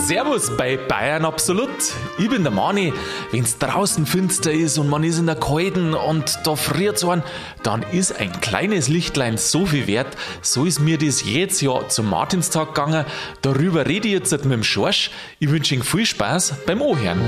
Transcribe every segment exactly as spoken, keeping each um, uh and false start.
Servus bei Bayern Absolut. Ich bin der Mani. Wenn es draußen finster ist und man ist in der Kalten und da friert es einen, dann ist ein kleines Lichtlein so viel wert. So ist mir das jetzt ja zum Martinstag gegangen. Darüber rede ich jetzt mit dem Schorsch. Ich wünsche Ihnen viel Spaß beim Anhören.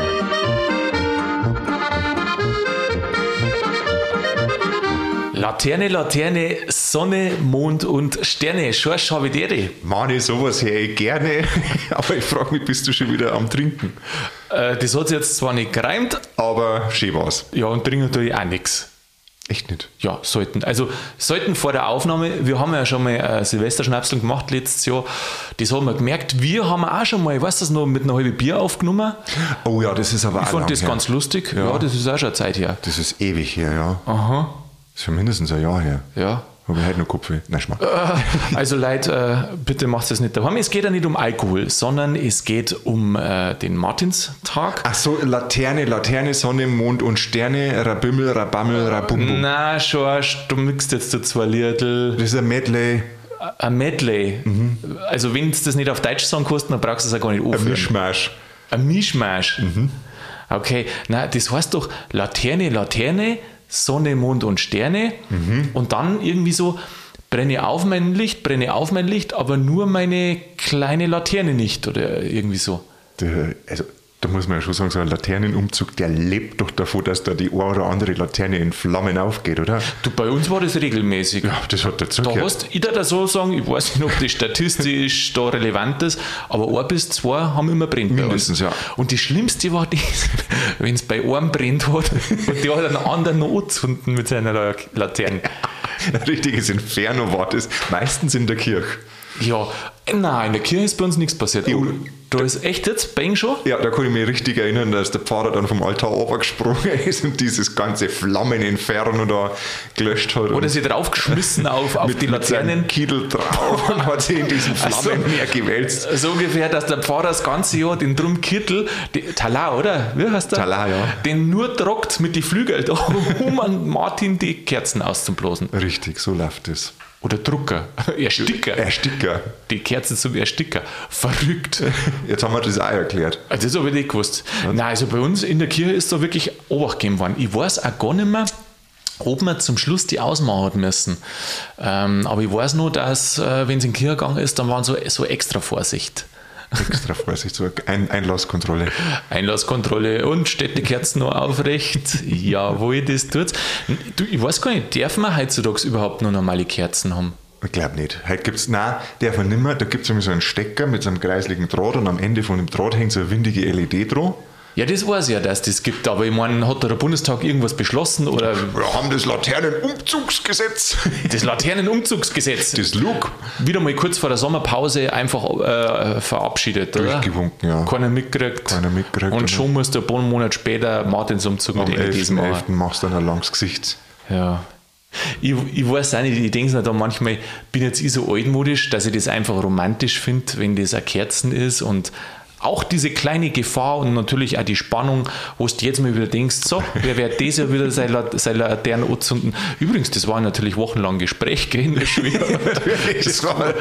Laterne, Laterne, Sonne, Mond und Sterne. Schorsch, habe ich dir. Mani, sowas höre ich gerne, aber ich frage mich, bist du schon wieder am Trinken? Äh, das hat sich jetzt zwar nicht gereimt, aber schön war's. Ja, und trinken tue ich auch nichts. Echt nicht? Ja, sollten. Also sollten vor der Aufnahme, wir haben ja schon mal äh, Silvesterschnapsel gemacht letztes Jahr, das haben wir gemerkt, wir haben auch schon mal, ich weiß das noch, mit einer halben Bier aufgenommen. Oh ja, das ist aber ich auch fand lang das her. ganz lustig, ja. ja, das ist auch schon eine Zeit her. Das ist ewig her, ja. Aha. Das ist ja mindestens ein Jahr her. Ja. Habe ich heute noch Kopfweh? Nein, Schmack. Also Leute, äh, bitte macht es nicht daheim. Es geht ja nicht um Alkohol, sondern es geht um äh, den Martinstag. Ach so, Laterne, Laterne, Sonne, Mond und Sterne, Rabimmel, Rabammel, Rabumbum. Na, Schorsch, du mixt jetzt da zwei Liedl. Das ist ein Medley. Ein Medley. Mhm. Also wenn du das nicht auf Deutsch sagen kannst, dann brauchst du es auch gar nicht aufhören. Ein Mischmasch. Ein Mischmasch. Mhm. Okay, na, das heißt doch Laterne, Laterne, Sonne, Mond und Sterne mhm. und dann irgendwie so, brenne auf mein Licht, brenne auf mein Licht, aber nur meine kleine Laterne nicht oder irgendwie so. Der, also da muss man ja schon sagen, so ein Laternenumzug, der lebt doch davon, dass da die eine oder andere Laterne in Flammen aufgeht, oder? Du, bei uns war das regelmäßig. Ja, das hat dazu Da gehört. hast, ich darf so sagen, ich weiß nicht, ob das statistisch da relevant ist, aber ein bis zwei haben immer brennt bei uns. Mindestens, ja. Und das Schlimmste war das, wenn es bei einem brennt hat und der hat einen anderen noch angezündet mit seiner Laterne. Ein richtiges Inferno war das. Meistens in der Kirche. Ja, nein, in der Kirche ist bei uns nichts passiert. Ja, oh, da ist echt jetzt Bang schon? Ja, da kann ich mich richtig erinnern, dass der Pfarrer dann vom Altar runtergesprungen ist und dieses ganze Flammeninferno da gelöscht hat. Oder sie draufgeschmissen auf, auf mit, die Laternen. Mit Kittel drauf und hat sie in diesen Flammenmeer also, gewälzt. So ungefähr, dass der Pfarrer das ganze Jahr den Drumkittel, Talar, oder? Wie heißt der? Talar, ja. Den nur trockt mit den Flügeln, um an Martin die Kerzen auszublasen. Richtig, so läuft es. Oder Drucker, Ersticker. Ersticker. Die Kerzen zum Ersticker. Verrückt. Jetzt haben wir das auch erklärt. Also das habe ich nicht gewusst. Was? Nein, also bei uns in der Kirche ist da wirklich Obacht gegeben worden. Ich weiß auch gar nicht mehr, ob wir zum Schluss die ausmachen hat müssen. Ähm, aber ich weiß nur, dass, äh, wenn es in die Kirche gegangen ist, dann waren so, so extra Vorsicht. Extra Vorsicht, so Ein- Einlasskontrolle. Einlasskontrolle und steht die Kerzen noch aufrecht. Jawohl, das tut's. Du, ich weiß gar nicht, dürfen wir heutzutage überhaupt noch normale Kerzen haben? Ich glaube nicht. Heute gibt's, nein, darf man nicht mehr. Da gibt es nämlich so einen Stecker mit so einem kreisligen Draht und am Ende von dem Draht hängt so eine windige L E D dran. Ja, das weiß ich ja, dass das gibt, aber ich meine, hat da der Bundestag irgendwas beschlossen? Oder? Wir haben das Laternenumzugsgesetz. Das Laternenumzugsgesetz. Das L U G. Wieder mal kurz vor der Sommerpause einfach äh, verabschiedet, oder? Durchgewunken, ja. Keiner mitgekriegt. Keiner mitgekriegt. Und schon musst du ein paar Monate später Martinsumzug am mit L E Ds machen. elften machst du dann ein langes Gesicht. Ja. Ich, ich weiß auch nicht, ich denke mir da manchmal, bin jetzt ich so altmodisch, dass ich das einfach romantisch finde, wenn das ein Kerzen ist und auch diese kleine Gefahr und natürlich auch die Spannung, wo du jetzt mal wieder denkst, so, wer wird das ja wieder seine seine Laternen anzünden. Übrigens, das war natürlich wochenlang Gespräch, gell, in der Schule. Das war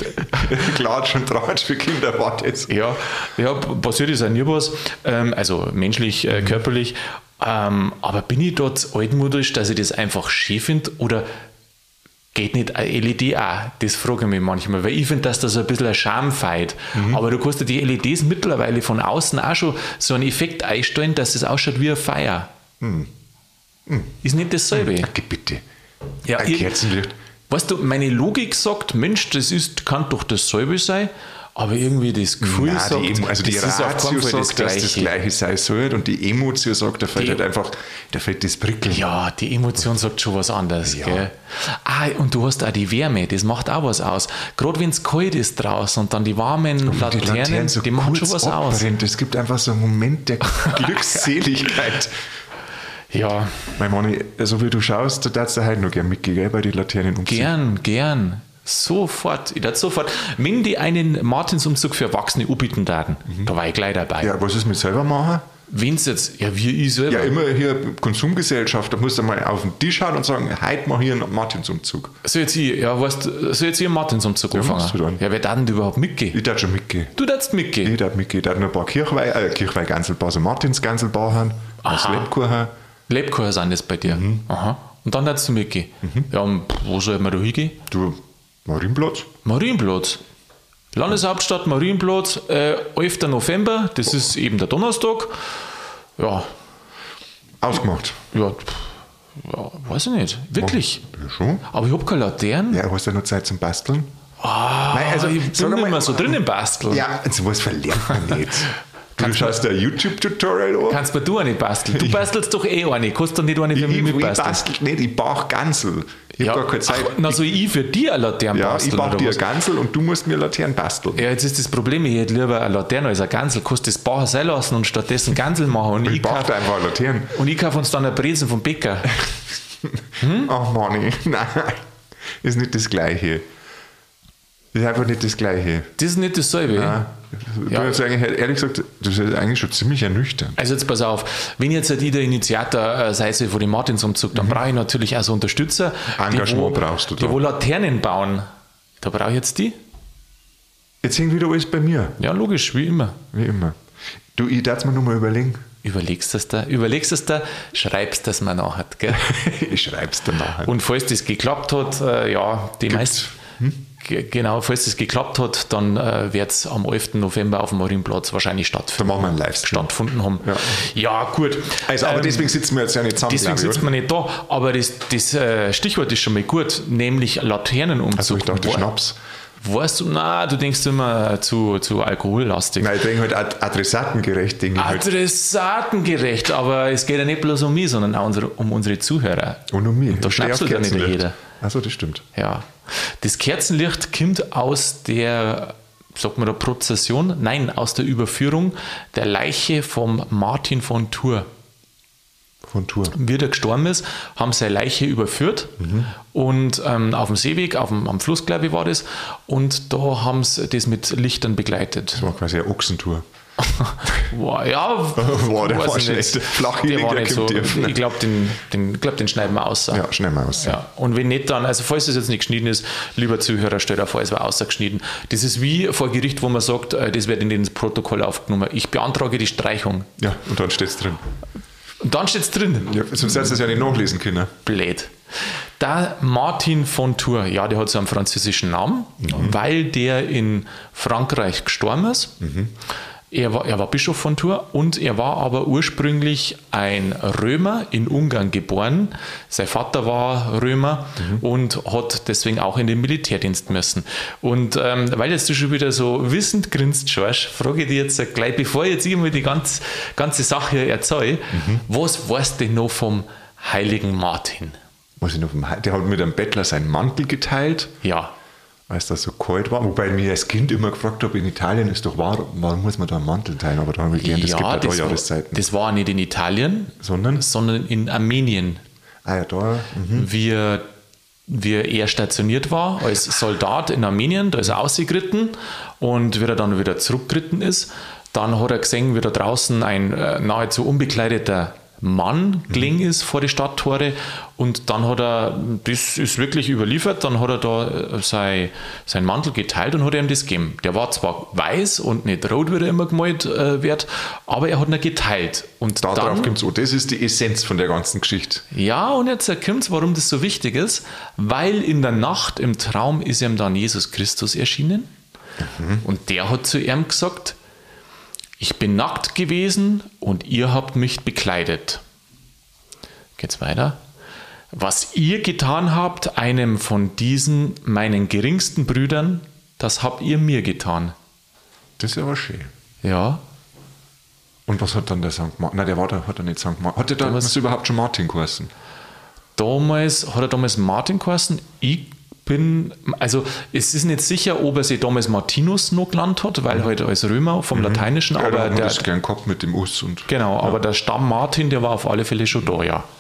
Klatsch und Tratsch für Kinder war das. Ja, ja, passiert ist auch nie was, ähm, also menschlich, äh, körperlich, ähm, aber bin ich dort altmodisch, dass ich das einfach schön finde oder geht nicht eine L E D auch? Das frage ich mich manchmal, weil ich finde, dass das ein bisschen ein Charme feiert. Mhm. Aber du kannst ja die L E Ds mittlerweile von außen auch schon so einen Effekt einstellen, dass es ausschaut wie ein Feuer. Mhm. Mhm. Ist nicht dasselbe? Mhm. Okay, bitte. Ja, ein ich, Kerzenlicht. Weißt du, meine Logik sagt, Mensch, das ist, kann doch dasselbe sein, aber irgendwie das Gefühl Nein, sagt, die Emo, also die das Ratio ist auf sagt, das dass das Gleiche sein soll und die Emotion sagt, da fällt die, halt einfach, da fällt das Prickeln. Ja, die Emotion sagt schon was anderes. Ja. Gell? Ah, und du hast auch die Wärme, das macht auch was aus. Gerade wenn es kalt ist draußen und dann die warmen und Laternen, die, Laternen so die machen schon was abbrennt. aus. Es gibt einfach so einen Moment der Glückseligkeit. Ja. Mein Mann, so wie du schaust, da darfst du heute noch gerne mitgehen, gell, bei den Laternen umziehen. Gern, gern. Sofort. Ich dachte sofort, wenn die einen Martinsumzug für Erwachsene anbieten würden, mhm. da war ich gleich dabei. Ja, was ist mit selber machen? Wenn es jetzt, ja, wie ich selber. Ja, immer hier Konsumgesellschaft, da musst du mal auf den Tisch hauen und sagen, heute mal hier einen Martinsumzug. So jetzt ich, ja, weißt du, so jetzt ich einen Martinsumzug anfangen? musst du dann. Ja, wer darf denn da überhaupt mitgehen? Ich darf schon mitgehen. Du darfst mitgehen? Ich darf mitgehen. Ich darf noch ein paar Kirchweih, äh, Kirchweih-Gansel, ein paar so Martins-Gansel haben, aus Aha. Lebkuchen. Lebkuchen sind das bei dir? Mhm. Aha. Und dann darfst du mitgehen? Ja, und wo soll man da hingehen? Du, Marienplatz? Marienplatz. Landeshauptstadt Marienplatz, äh, elfter November, das ist eben der Donnerstag. Ja, Ausgemacht. ja, ja, weiß ich nicht, wirklich. Ja, schon. Aber ich habe keine Laternen. Ja, hast du noch Zeit zum Basteln? Ah, Nein, also, ich sag bin nicht mal- mehr so drin im Basteln. Ja, sowas verlernt man nicht. Du Kannst schaust dir ein YouTube-Tutorial an. Kannst mir du eine basteln? Du bastelst doch eh eine. Kannst du nicht eine für Ich, mich ich, ich mitbasteln? bastel nicht, ich brauche Gansel. Ich Ja, habe gar keine Zeit. ach, na, soll ich für dich eine Laterne ja, ich basteln? brauche oder dir was? ein Gansel und du musst mir Laternen basteln. Ja, jetzt ist das Problem, ich hätte lieber eine Laterne als ein Gansel. Kannst du das Bauer sein lassen und stattdessen Gansel machen. Und Ich ich, brauche kauf, einfach eine Laterne. und ich kaufe uns dann eine Brezen vom Bäcker. Ach Manni, nein, ist nicht das Gleiche. Ist einfach nicht das Gleiche. Das ist nicht dasselbe. Nein. Ich Ja. bin jetzt eigentlich, ehrlich gesagt, das ist eigentlich schon ziemlich ernüchternd. Also jetzt pass auf, wenn jetzt halt ich der Initiator äh, sei von dem Martinsumzug, dann brauche ich natürlich auch so Unterstützer. Engagement die, wo, brauchst du da. Die, wo Laternen bauen. Da brauche ich jetzt die. Jetzt hängt wieder alles bei mir, Ja, logisch, wie immer. wie immer. Du, ich darf es mir nur mal überlegen. Überlegst das da, überlegst das da, schreibst das mal nachher, gell? Ich schreib's dann nachher. Und falls das geklappt hat, äh, ja, die meisten. Ge- Genau, falls das geklappt hat, dann äh, wird es am elften November auf dem Marienplatz wahrscheinlich Da stattfinden. machen wir einen Livestream. stattgefunden haben. Ja. Ja, gut. Also, aber Ähm, deswegen sitzen wir jetzt ja nicht zusammen, Deswegen glaube ich, sitzt man nicht da, aber das, das äh, Stichwort ist schon mal gut, nämlich Laternenumzug. Also ich dachte Wo- Schnaps. Weißt du, na, du denkst immer zu, zu alkohollastig. Nein, ich denke halt ad- adressatengerecht. Denke ich halt. Adressatengerecht, aber es geht ja nicht bloß um mich, sondern auch unsere, um unsere Zuhörer. Und um mich. Da Ich steh auf schnapselt ja nicht Kerzenlicht. jeder. Achso, das stimmt. Ja. Das Kerzenlicht kommt aus der, sagt man da, Prozession? Nein, aus der Überführung der Leiche vom Martin von Tours. Von Tour. Wie der gestorben ist, haben seine Leiche überführt und ähm, auf dem Seeweg, auf dem, am Fluss, glaube ich, war das. Und da haben sie das mit Lichtern begleitet. Das war quasi eine Ochsentour. Wow, ja, Boah, der weiß war ich schlecht. nicht. Flachhelig, Der war der nicht so. kommt tief. Ich glaube, den, den, glaub, den schneiden wir aus. Ja, schnell mal aus. Ja, und wenn nicht, dann, also falls das jetzt nicht geschnitten ist, lieber Zuhörer, stellt auf, es war außergeschnitten. Das ist wie vor Gericht, wo man sagt, äh, das wird in das Protokoll aufgenommen. Ich beantrage die Streichung. Ja, und dann steht es drin. Und dann steht es drin. Ja, sonst hättest du es ja nicht nachlesen können. Blöd. Der Martin von Tours, ja, der hat so einen französischen Namen, weil der in Frankreich gestorben ist. Er war, er war Bischof von Tours und er war aber ursprünglich ein Römer in Ungarn geboren. Sein Vater war Römer und hat deswegen auch in den Militärdienst müssen. Und ähm, weil jetzt du schon wieder so wissend grinst, George, frage ich dich jetzt gleich, bevor ich jetzt immer die ganz, ganze Sache hier erzähle, was weißt du denn noch vom heiligen Martin? Was ich noch vom He- der hat mit einem Bettler seinen Mantel geteilt, Ja, weil es da so kalt war. Wobei ich mich als Kind immer gefragt habe, in Italien ist doch wahr, warum muss man da einen Mantel teilen? Aber da habe ich gelernt, es gibt ja ja da das, war, Jahreszeiten. das war nicht in Italien, Sondern? sondern in Armenien. Ah ja, da. Mhm. wie, er- wie er stationiert war als Soldat in Armenien, da ist er ausgeritten und wie er dann wieder zurückgeritten ist, dann hat er gesehen, wie da draußen ein äh, nahezu unbekleideter Mann gelegen ist vor die Stadttore und dann hat er, das ist wirklich überliefert, dann hat er da äh, sein, sein Mantel geteilt und hat ihm das gegeben. Der war zwar weiß und nicht rot, wie er immer gemalt äh, wird, aber er hat ihn geteilt. Und Da dann, drauf kommt es an. Das ist die Essenz von der ganzen Geschichte. ja, und jetzt kommt warum das so wichtig ist, weil in der Nacht im Traum ist ihm dann Jesus Christus erschienen und der hat zu ihm gesagt, ich bin nackt gewesen und ihr habt mich bekleidet. Geht's weiter? Was ihr getan habt, einem von diesen meinen geringsten Brüdern, das habt ihr mir getan. Das ist aber schön. Ja, Und was hat dann der Sankt Martin? Nein, der war da, hat er nicht Sankt Martin. Hat der da was überhaupt schon Martin geheißen? damals hat er damals Martin geheißen. Ich bin, also es ist nicht sicher, ob er sich damals Martinus noch genannt hat, weil halt als Römer vom Lateinischen, Ja, da aber hat man der, das gern gehabt mit dem Us und. genau, aber der Stamm Martin, der war auf alle Fälle schon da, ja.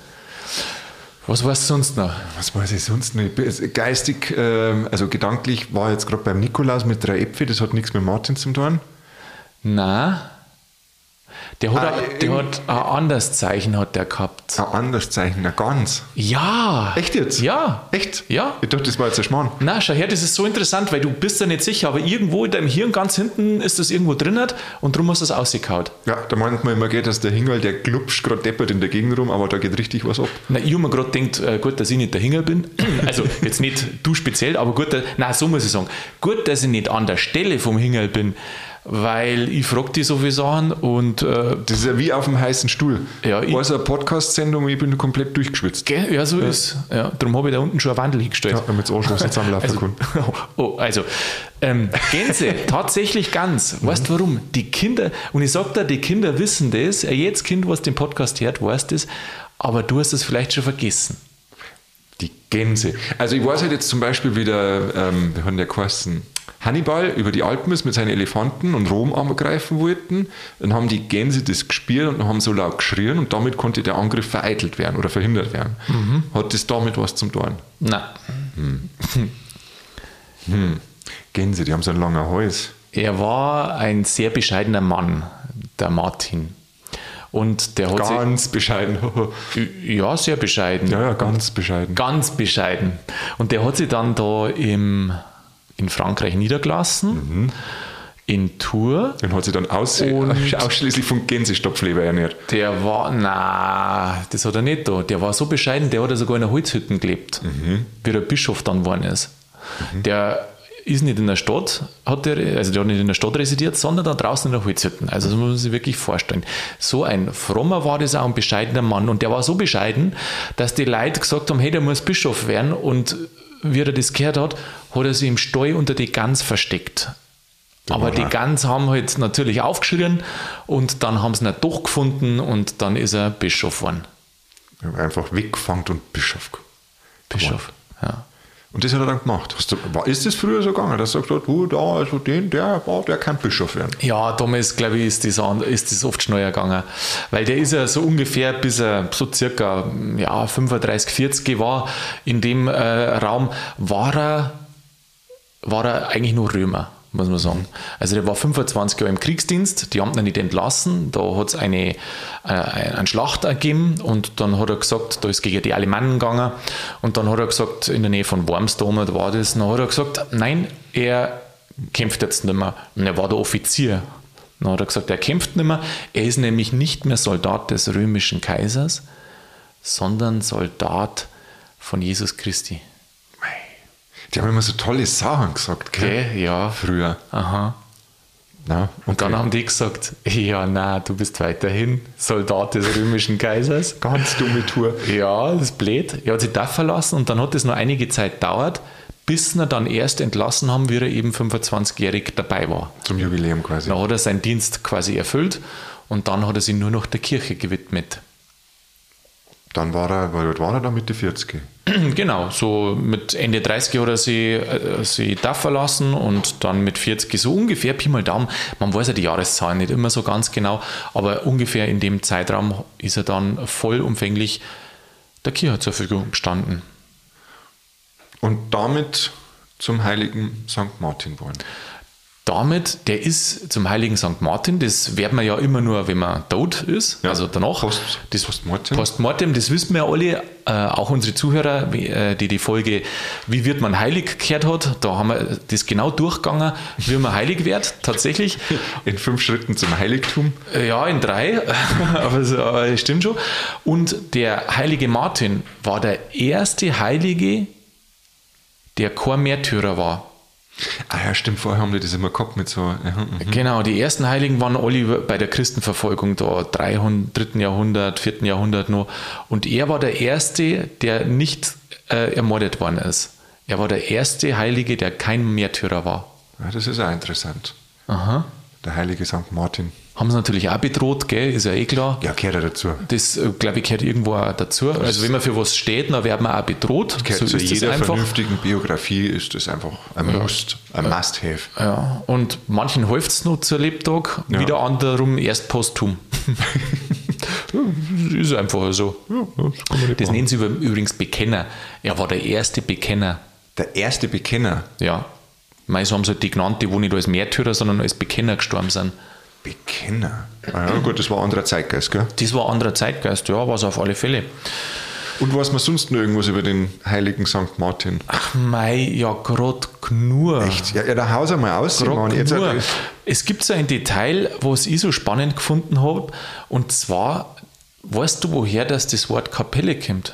Was weißt du sonst noch? Was weiß ich sonst nicht? Geistig, ähm, also gedanklich war jetzt gerade beim Nikolaus mit drei Äpfel, das hat nichts mit Martin zu tun. Na, Der hat, Ah, ein, der im- hat ein anderes Zeichen hat der gehabt. Ein anderes Zeichen, eine Gans. Ja. Echt jetzt? Ja. Echt? Ja. Ich dachte, das war jetzt ein Schmarrn. Na, schau her, das ist so interessant, weil du bist ja nicht sicher, aber irgendwo in deinem Hirn ganz hinten ist das irgendwo drin und darum hast du es ausgekaut. Ja, da meint man immer, geht, dass der Hingel, der glupscht gerade deppert in der Gegend rum, aber da geht richtig was ab. Na, ich habe mir gerade gedacht, äh, gut, dass ich nicht der Hingel bin. Also jetzt nicht du speziell, aber gut, dass, nein, so muss ich sagen. Gut, dass ich nicht an der Stelle vom Hingel bin, weil ich frage die so viele Sachen und äh, Das ist ja wie auf dem heißen Stuhl. Ja, ich- War es eine Podcast-Sendung und ich bin komplett durchgeschwitzt. gell, ja, so ist ja, darum habe ich da unten schon eine Wandel hingestellt. Ja, damit das Anschluss zusammenlaufen Also, kann. oh, also ähm, Gänse, tatsächlich Gans. Weißt du warum? Die Kinder, und ich sag dir, die Kinder wissen das, ein jedes Kind, was den Podcast hört, weiß das, aber du hast es vielleicht schon vergessen. Die Gänse. Also ich weiß halt jetzt zum Beispiel wieder, ähm, wir haben ja geheißen, Hannibal über die Alpen ist mit seinen Elefanten und Rom angreifen wollten. Dann haben die Gänse das gespielt und haben so laut geschrien und damit konnte der Angriff vereitelt werden oder verhindert werden. Hat das damit was zum tun? Nein. Gänse, die haben so einen langen Hals. Er war ein sehr bescheidener Mann, der Martin. Und der hat Ganz bescheiden. sich, ja, sehr bescheiden. Ja, ja, ganz bescheiden. Ganz bescheiden. Und der hat sich dann da im, in Frankreich niedergelassen, in Tours. Den hat sich dann aus, Und- ausschließlich von Gänsestopfleber ernährt. Der war, na, das hat er nicht da. Der war so bescheiden, der hat ja sogar in einer Holzhütte gelebt, wie der Bischof dann geworden ist. Der ist nicht in der Stadt, hat der, also der hat nicht in der Stadt residiert, sondern da draußen in der Holzhütte. Also das muss man sich wirklich vorstellen. So ein frommer war das auch, ein bescheidener Mann. Und der war so bescheiden, dass die Leute gesagt haben, hey, der muss Bischof werden. Und wie er das gehört hat, hat er sich im Stall unter die Gans versteckt. Aber die Gans haben halt natürlich aufgeschrien und dann haben sie ihn doch gefunden und dann ist er Bischof geworden. Einfach weggefangen und Bischof. Bischof, ja. Und das hat er dann gemacht. Hast du, war, ist das früher so gegangen, dass er gesagt hat, oh, da, also den, der, oh, der kann Bischof werden? Ja, damals, glaube ich, ist das, an- ist das oft schneller gegangen. Weil der ist ja so ungefähr, bis er so circa ja, fünfunddreißig, vierzig war, in dem äh, Raum, war er, war er eigentlich nur Römer, muss man sagen. Also der war fünfundzwanzig Jahre im Kriegsdienst, die haben ihn nicht entlassen, da hat es eine, äh, eine Schlacht gegeben und dann hat er gesagt, da ist gegen die Alemannen gegangen und dann hat er gesagt, in der Nähe von Wormsdorf da war das, dann hat er gesagt, nein, er kämpft jetzt nicht mehr. Und er war der Offizier. Dann hat er gesagt, er kämpft nicht mehr, er ist nämlich nicht mehr Soldat des römischen Kaisers, sondern Soldat von Jesus Christi. Die haben immer so tolle Sachen gesagt, gell? Okay, ja. Früher. Aha. Na, Und dann haben die gesagt, ja, na, du bist weiterhin Soldat des römischen Kaisers. ganz dumme Tour. Ja, das ist blöd. Er hat sich da verlassen und dann hat es noch einige Zeit gedauert, bis ihn dann erst entlassen haben, wie er eben fünfundzwanzigjährig dabei war. Zum Jubiläum quasi. Dann hat er seinen Dienst quasi erfüllt und dann hat er sich nur noch der Kirche gewidmet. Dann war er, weil dort war er dann Mitte vierzig. Genau, so mit Ende dreißig hat er sie, äh, sie da verlassen und dann mit vierzig, so ungefähr, Pi mal Daumen, man weiß ja die Jahreszahlen nicht immer so ganz genau, aber ungefähr in dem Zeitraum ist er dann vollumfänglich der Kirche zur Verfügung gestanden. Und damit zum heiligen Sankt Martin geworden. Damit, der ist zum heiligen Sankt Martin, das wird man ja immer nur, wenn man tot ist, Ja. also danach. Post- das Postmortem. Postmortem, das wissen wir ja alle, äh, auch unsere Zuhörer, wie, äh, die die Folge Wie wird man heilig gehört hat, da haben wir das genau durchgegangen, wie man heilig wird, tatsächlich. In fünf Schritten zum Heiligtum. Äh, Ja, in drei, aber es aber es stimmt schon. Und der heilige Martin war der erste Heilige, der kein Märtyrer war. Ah ja, stimmt, vorher haben die das immer gehabt mit so. Ja, mhm. Genau, die ersten Heiligen waren alle bei der Christenverfolgung da, dreihundert, dritten Jahrhundert, vierten Jahrhundert noch. Und er war der Erste, der nicht äh, ermordet worden ist. Er war der erste Heilige, der kein Märtyrer war. Ja, das ist auch interessant. Aha. Der heilige Sankt Martin. Haben sie natürlich auch bedroht, gell? Ist ja eh klar. Ja, gehört er dazu. Das, äh, glaube ich, gehört irgendwo auch dazu. Also wenn man für was steht, dann wird man auch bedroht. Gehört So zu ist das jeder einfach. vernünftigen Biografie ist das einfach ein Must, ein Must-Have. Ja, und manchen hilft es noch zu Lebtag, Ja. wieder anderem erst posthum. Ja, ist einfach so. Das nennen sie über- übrigens Bekenner. Er war der erste Bekenner. Der erste Bekenner. Ja. Meist haben sie halt die genannt, die wo nicht als Märtyrer, sondern als Bekenner gestorben sind. Bekenner. Ah ja, gut, das war ein anderer Zeitgeist, gell? Das war ein anderer Zeitgeist, ja, war es auf alle Fälle. Und weiß man sonst noch irgendwas über den heiligen Sankt Martin? Ach mei, ja, gerade nur. Echt? Ja, ja, da haus einmal aus. Grad Jetzt nur. Es gibt so ein Detail, was ich so spannend gefunden habe, und zwar, weißt du, woher das, das Wort Kapelle kommt?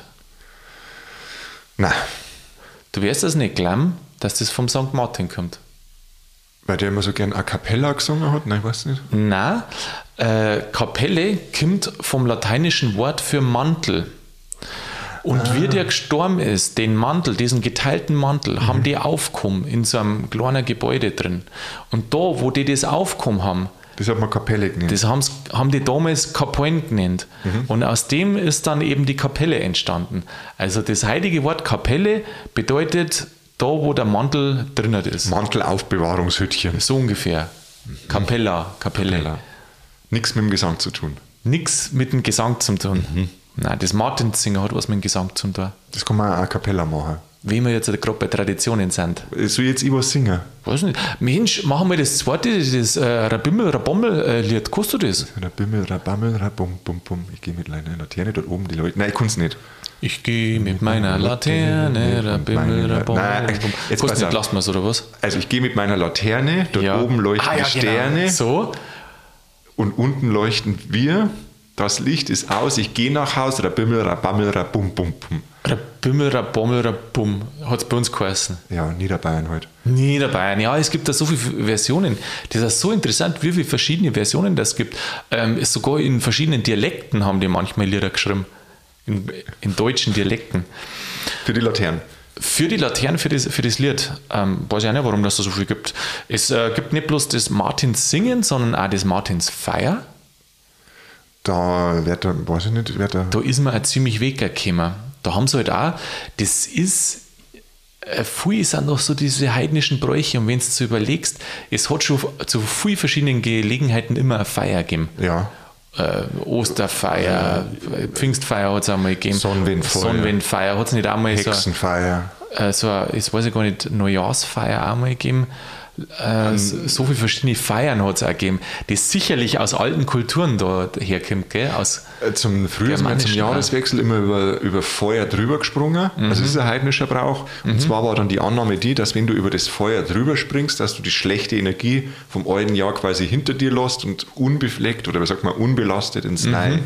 Nein. Du wirst das nicht glauben, dass das vom Sankt Martin kommt. Weil der immer so gern A Cappella gesungen hat? Nein, ich weiß nicht. Nein, äh, Kapelle kommt vom lateinischen Wort für Mantel. Und ah. wie der gestorben ist, den Mantel, diesen geteilten Mantel, mhm. haben die aufgehoben in so einem kleinen Gebäude drin. Und da, wo die das aufgehoben haben, das hat man Kapelle genannt. Das haben die damals Kapellen genannt. Mhm. Und aus dem ist dann eben die Kapelle entstanden. Also das heilige Wort Kapelle bedeutet da, wo der Mantel drinnen ist. Mantelaufbewahrungshütchen. So ungefähr. Mhm. Capella, Kapelle. Kapella. Nichts mit dem Gesang zu tun. Nichts mit dem Gesang zu tun. Mhm. Nein, das Martinssingen hat was mit dem Gesang zu tun. Das kann man auch A Cappella machen. Wie wir jetzt gerade bei Traditionen sind. Soll ich jetzt ich was singen? Weiß nicht. Mensch, machen wir das zweite, das äh, Rabimmel, Rabommel-Lied. Kannst du das? Rabimmel, Rabammel, Rabum, bum, bum. Ich gehe mit meiner Laterne dort oben, die Leute. Nein, ich kann es nicht. Ich gehe mit meiner Laterne, Rabimmel, Rabommel. Nein, jetzt kannst du nicht, lassen wir es, oder was? Also ich gehe mit meiner Laterne, dort ja. oben leuchten ah, ja, Sterne. Genau. So. Und unten leuchten wir. Das Licht ist aus, ich gehe nach Hause, Rabimmel, Rabammel, Rabum, bum, bum. Rabimmel, Rabommel, Rabum, hat es bei uns geheißen. Ja, Niederbayern halt. Niederbayern, ja, es gibt da so viele Versionen. Das ist so interessant, wie viele verschiedene Versionen das gibt. Ähm, ist sogar in verschiedenen Dialekten haben die manchmal Lieder geschrieben. In, in deutschen Dialekten. Für die Laternen. Für die Laternen, für das, für das Lied. Ähm, weiß ich auch nicht, warum das da so viel gibt. Es äh, gibt nicht bloß das Martins Singen, sondern auch das Martins Feier. Da wird er, weiß ich nicht, wird er. Da ist man auch ziemlich weggekommen. Da haben sie halt auch, das ist, äh, viel sind noch so diese heidnischen Bräuche, und wenn du so überlegst, es hat schon zu vielen verschiedenen Gelegenheiten immer eine Feier gegeben. Ja. Äh, Osterfeier, ja. Pfingstfeier hat es einmal gegeben. Sonnenwindfeier. Sonnenwindfeier hat es nicht einmal Hexenfeier. so, äh, so eine, ich weiß ich gar nicht, Neujahrsfeier einmal gegeben. Äh, so, so viele verschiedene Feiern hat es auch gegeben, die sicherlich aus alten Kulturen da herkommt, gell? Aus zum Frühjahr sind wir zum Jahreswechsel immer über, über Feuer drüber gesprungen. Mhm. Also das ist ein heidnischer Brauch. Und mhm. zwar war dann die Annahme die, dass wenn du über das Feuer drüber springst, dass du die schlechte Energie vom alten Jahr quasi hinter dir lässt und unbefleckt oder wie sagt man, unbelastet ins mhm. Neue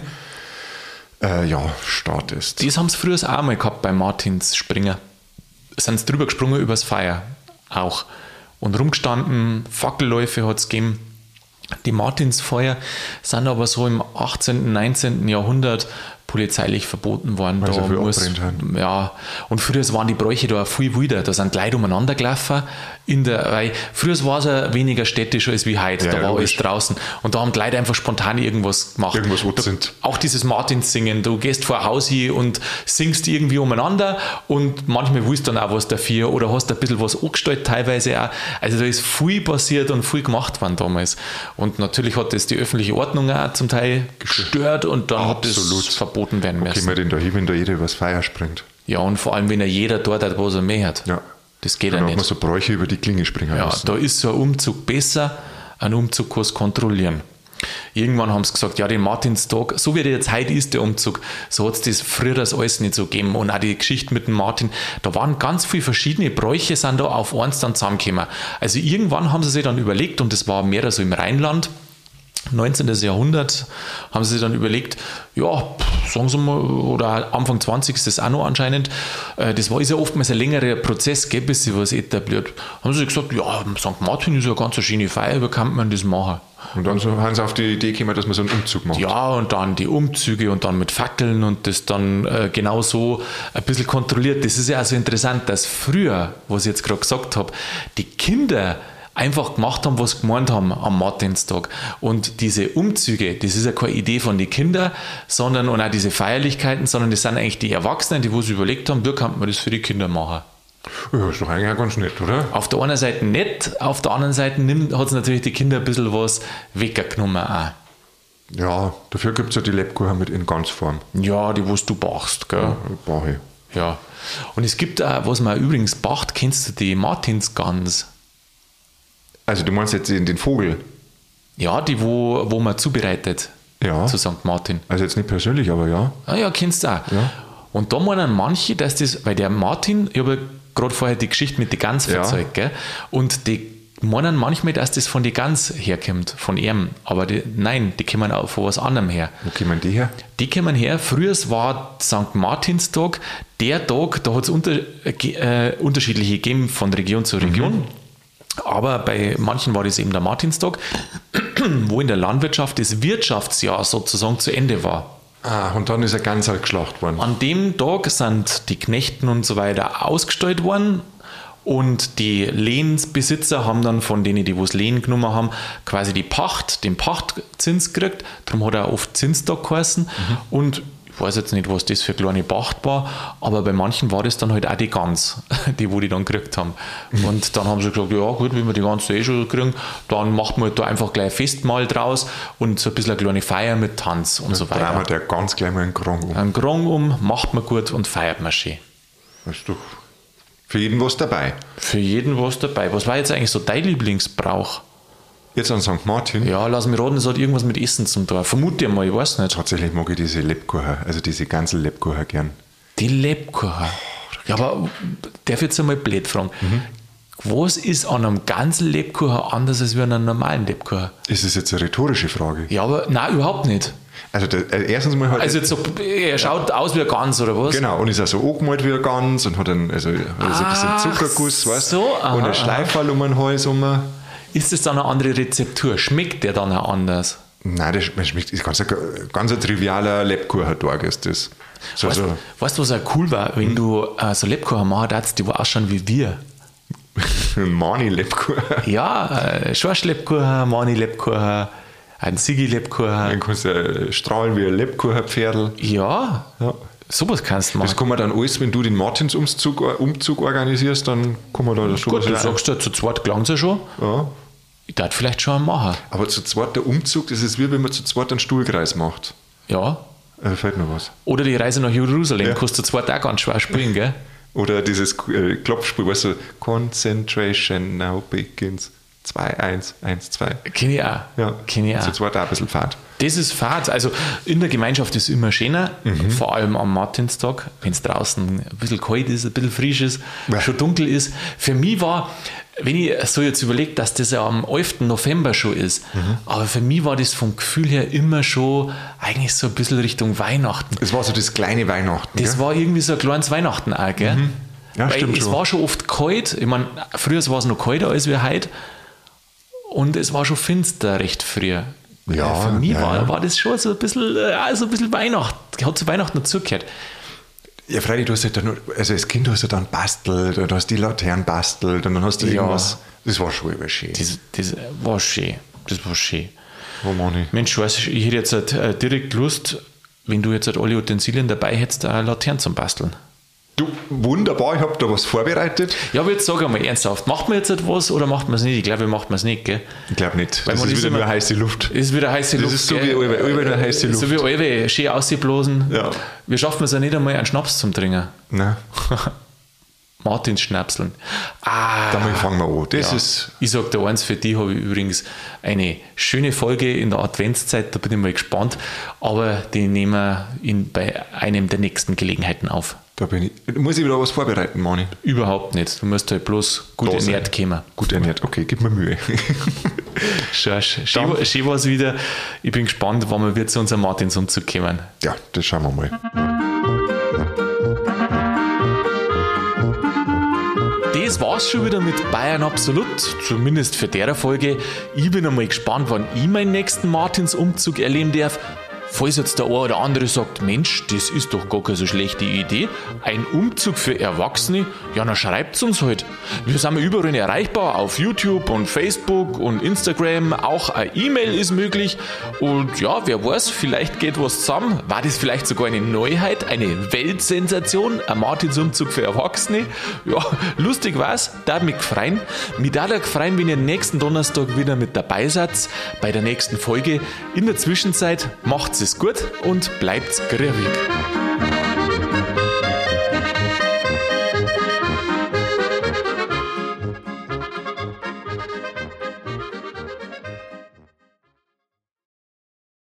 äh, ja, startest. Das haben sie früher auch mal gehabt bei Martins Springer. Sind sie drüber gesprungen übers Feuer auch. Und rumgestanden, Fackelläufe hat es gegeben. Die Martinsfeuer sind aber so im achtzehnten, neunzehnten Jahrhundert polizeilich verboten worden. Weil da so muss, ja, und früher waren die Bräuche da viel wilder. Da sind Leute umeinander gelaufen. In der, weil früher war es ja weniger städtisch als wie heute. Ja, da war alles draußen. Und da haben die Leute einfach spontan irgendwas gemacht. Irgendwas, wo da, sind. Auch dieses Martinssingen. Du gehst vor ein Haus hin und singst irgendwie umeinander, und manchmal willst du dann auch was dafür oder hast ein bisschen was angestellt, teilweise auch. Also da ist viel passiert und viel gemacht worden damals. Und natürlich hat das die öffentliche Ordnung auch zum Teil gestört, und dann Absolut. hat das verboten werden müssen. Okay, man den da hin, wenn da jeder übers Feuer springt. Ja, und vor allem, wenn er jeder dort hat, was er mehr hat. Ja. Das geht dann ja nicht. Dann hat man so Bräuche über die Klinge springen ja, lassen. Da ist so ein Umzug besser, ein Umzug kann es kontrollieren. Irgendwann haben sie gesagt, ja, den Martinstag, so wie der jetzt heute ist, der Umzug, so hat es das früher das alles nicht so gegeben. Und auch die Geschichte mit dem Martin, da waren ganz viele verschiedene Bräuche, sind da auf eins dann zusammengekommen. Also irgendwann haben sie sich dann überlegt, und das war mehr so im Rheinland, neunzehnten. Jahrhundert, haben sie sich dann überlegt, ja, sagen Sie mal, oder Anfang zwanzigsten ist das auch noch anscheinend, das war ist ja oftmals ein längerer Prozess, gell, bis sich was etabliert. Haben sie gesagt, ja, Sankt Martin ist ja eine ganz schöne Feier, wie kann man das machen? Und dann so haben sie auf die Idee gekommen, dass man so einen Umzug macht. Ja, und dann die Umzüge und dann mit Fackeln und das dann äh, genau so ein bisschen kontrolliert. Das ist ja auch so interessant, dass früher, was ich jetzt gerade gesagt habe, die Kinder einfach gemacht haben, was sie gemeint haben am Martinstag. Und diese Umzüge, das ist ja keine Idee von den Kindern, sondern und auch diese Feierlichkeiten, sondern das sind eigentlich die Erwachsenen, die wo sie überlegt haben, wie kann man das für die Kinder machen. Ja, ist doch eigentlich auch ganz nett, oder? Auf der einen Seite nett, auf der anderen Seite hat es natürlich die Kinder ein bisschen was weggenommen auch. Ja, dafür gibt es ja die Lebkuchen mit in Ganzform. Ja, die, was du bachst, gell? Ja, bach ich. Ja. Und es gibt auch, was man übrigens backt, kennst du die Martinsgans? Also du meinst jetzt den, den Vogel? Ja, die, wo, wo man zubereitet Ja. zu Sankt Martin. Also jetzt nicht persönlich, aber ja. Ah ja, kennst du auch. Ja. Und da meinen manche, dass das, weil der Martin, ich habe ja gerade vorher die Geschichte mit den Gans Ja. erzählt, gell? Und die meinen manchmal, dass das von den Gans herkommt, von ihm. Aber die, nein, die kommen auch von was anderem her. Wo kommen die her? Die kommen her, früher war Sankt Martinstag der Tag, da hat es unter, äh, unterschiedliche gegeben von Region zu Region. Mhm. Aber bei manchen war das eben der Martinstag, wo in der Landwirtschaft das Wirtschaftsjahr sozusagen zu Ende war. Ah, und dann ist er ganz halt geschlacht worden. An dem Tag sind die Knechten und so weiter ausgestellt worden und die Lehnsbesitzer haben dann von denen, die was Lehen genommen haben, quasi die Pacht, den Pachtzins gekriegt. Darum hat er oft Zinstag geheißen. Mhm. Und ich weiß jetzt nicht, was das für eine kleine Pacht war, aber bei manchen war das dann halt auch die Gans, die wo die dann gekriegt haben. Mhm. Und dann haben sie gesagt, ja gut, wenn wir die Gans eh schon kriegen, dann machen wir halt da einfach gleich ein Festmahl draus und so ein bisschen eine kleine Feier mit Tanz und Dann so weiter. drehen wir der ganz gleich mal einen Krong um. Einen Krong um, macht man gut und feiert man schön. Das ist doch für jeden was dabei. Für jeden was dabei. Was war jetzt eigentlich so dein Lieblingsbrauch? Jetzt an Sankt Martin. Ja, lass mich raten, es hat irgendwas mit Essen zum tun. Vermute ich mal, ich weiß nicht. Tatsächlich mag ich diese Lebkuchen, also diese ganzen Lebkuchen gern. Die Lebkuchen. Ja, aber darf ich jetzt einmal blöd fragen? Mhm. Was ist an einem ganzen Lebkuchen anders als wie an einem normalen Lebkuchen? Ist das jetzt eine rhetorische Frage? Ja, aber nein, überhaupt nicht. Also der, äh, erstens mal halt... Also jetzt so, er schaut aus wie ein Gans, oder was? Genau, und ist auch so angemalt wie ein Gans und hat einen, also, also ein bisschen Ach, Zuckerguss, weißt du? so, aha, und ein Schleiferl um den Hals rum. Ist das dann eine andere Rezeptur? Schmeckt der dann auch anders? Nein, das schmeckt, das ist ganz ein, ganz ein trivialer Lebkuchen-Tag ist das. So, weißt, so. weißt du, was auch cool war? Wenn hm. du äh, so Lebkuchen machen darfst, die war ausschauen wie wir. Ein Mani-Lebkuchen. Ja, äh, Schorsch-Lebkuchen, Mani-Lebkuchen, ein Sigi-Lebkuchen. Dann kannst du äh, strahlen wie ein Lebkuchen-Pferdl. Ja, ja, sowas kannst du machen. Das kann man dann alles, wenn du den Martinsumzug Umzug organisierst, dann kann man da sowas Gut, du rein. sagst ja, zu zweit gelang es ja schon. Ja. Ich darf vielleicht schon machen. Aber zu zweit der Umzug, das ist wie wenn man zu zweit einen Stuhlkreis macht. Ja. Da fällt mir was. Oder die Reise nach Jerusalem, Ja. kannst du zu zweit auch ganz schwer spielen, gell? Oder dieses äh, Klopfspiel, weißt du, Concentration now begins. zwei, eins, eins, zwei. Kenn ich auch. Ja, Kenn ich auch. zu zweit auch ein bisschen Fahrt. Das ist Fahrt. Also in der Gemeinschaft ist es immer schöner, mhm. vor allem am Martinstag, wenn es draußen ein bisschen kalt ist, ein bisschen frisch ist, Ja. schon dunkel ist. Für mich war, wenn ich so jetzt überlege, dass das ja am elften November schon ist, mhm. aber für mich war das vom Gefühl her immer schon eigentlich so ein bisschen Richtung Weihnachten. Es war so das kleine Weihnachten. Das gell? war irgendwie so ein kleines Weihnachten auch, gell? Mhm. Ja, Weil stimmt es schon. war schon oft kalt. Ich meine, früher war es noch kälter als wir heute. Und es war schon finster recht früher. Ja, Für mich ja, war, ja. war das schon so ein bisschen, ja, so ein bisschen Weihnachten. Hat zu Weihnachten dazugehört. Ja, freilich, du hast halt dann nur, also als Kind hast du dann bastelt, und hast die Laternen bastelt und dann hast du Ja. irgendwas. Das war schon immer schön. Das, das war schön. Das war schön. Oh, Manni. Mensch, weißt du, ich hätte jetzt halt, äh, direkt Lust, wenn du jetzt halt alle Utensilien dabei hättest, eine Laterne zum Basteln. Du, wunderbar, ich habe da was vorbereitet. Ja, aber jetzt sag einmal ernsthaft, macht man jetzt etwas oder macht man es nicht? Ich glaube, macht man es nicht, gell? Ich glaube nicht. Weil das man ist ist wieder immer- nur heiße Luft. Ist wieder heiße Das Luft. ist so gell? wie Albe, Albe nur heiße Luft. So wie Albe, schön ausgeblasen. Ja. Wir schaffen es ja nicht einmal, einen Schnaps zum Trinken. Nein, Martins Schnapseln. Ah, damit fangen wir an. Das ja. ist, Ich sage dir eins, für die habe ich übrigens eine schöne Folge in der Adventszeit, da bin ich mal gespannt, aber die nehmen wir in, bei einem der nächsten Gelegenheiten auf. da bin ich. Muss ich wieder was vorbereiten, Mani? Überhaupt nicht. Du musst halt bloß gut Da sein. ernährt kommen. Gut ernährt. Okay, gib mir Mühe. Schön, schön, schön war es wieder. Ich bin gespannt, wann wir zu unserem Martinsumzug kommen. Ja, das schauen wir mal. Das war's schon wieder mit Bayern Absolut, zumindest für der Folge. Ich bin einmal gespannt, wann ich meinen nächsten Martinsumzug erleben darf. Falls jetzt der eine oder andere sagt, Mensch, das ist doch gar keine so schlechte Idee, ein Umzug für Erwachsene, ja, dann schreibt's uns halt. Wir sind überall erreichbar, auf YouTube und Facebook und Instagram, auch eine E-Mail ist möglich und ja, wer weiß, vielleicht geht was zusammen, war das vielleicht sogar eine Neuheit, eine Weltsensation, ein Martinsumzug für Erwachsene, ja, lustig war's, da mich gefreien. Mich da gefreien, wenn ihr nächsten Donnerstag wieder mit dabei seid, bei der nächsten Folge. In der Zwischenzeit macht's es gut und bleibt grübig.